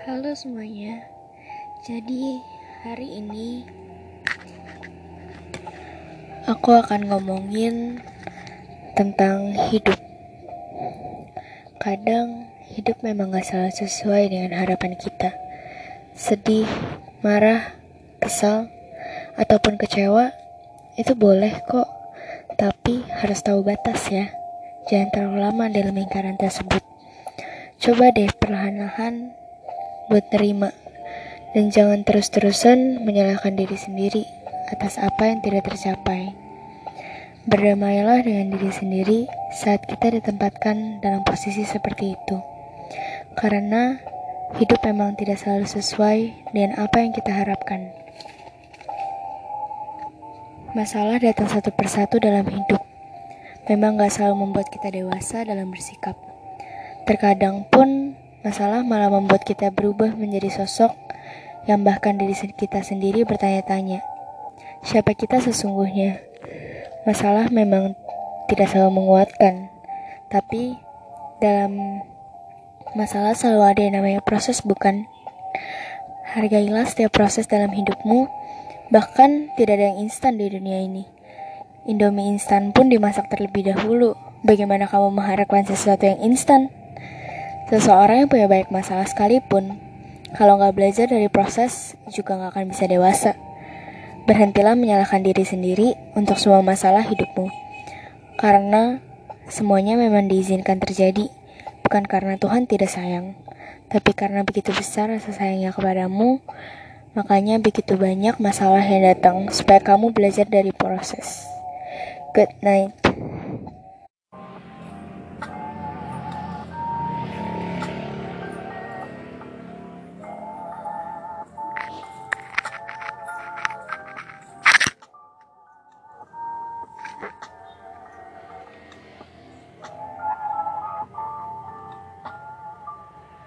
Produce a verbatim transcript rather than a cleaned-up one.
Halo semuanya. Jadi hari ini aku akan ngomongin tentang hidup. Kadang hidup memang gak selalu sesuai dengan harapan kita. Sedih, marah, kesal, ataupun kecewa itu boleh kok. Tapi harus tahu batas ya. Jangan terlalu lama dalam lingkaran tersebut. Coba deh perlahan-lahan buat nerima. Dan jangan terus-terusan menyalahkan diri sendiri atas apa yang tidak tercapai. Berdamailah dengan diri sendiri saat kita ditempatkan dalam posisi seperti itu. Karena hidup memang tidak selalu sesuai dengan apa yang kita harapkan. Masalah datang satu persatu dalam hidup. Memang gak selalu membuat kita dewasa dalam bersikap. Terkadang pun masalah malah membuat kita berubah menjadi sosok yang bahkan diri kita sendiri bertanya-tanya, siapa kita sesungguhnya? Masalah memang tidak selalu menguatkan, tapi dalam masalah selalu ada yang namanya proses, bukan? Hargailah setiap proses dalam hidupmu, bahkan tidak ada yang instan di dunia ini. Indomie instan pun dimasak terlebih dahulu. Bagaimana kamu mengharapkan sesuatu yang instan? Seseorang yang punya banyak masalah sekalipun, kalau gak belajar dari proses, juga gak akan bisa dewasa. Berhentilah menyalahkan diri sendiri untuk semua masalah hidupmu. Karena semuanya memang diizinkan terjadi, bukan karena Tuhan tidak sayang, tapi karena begitu besar rasa sayangnya kepadamu, makanya begitu banyak masalah yang datang supaya kamu belajar dari proses. Good night.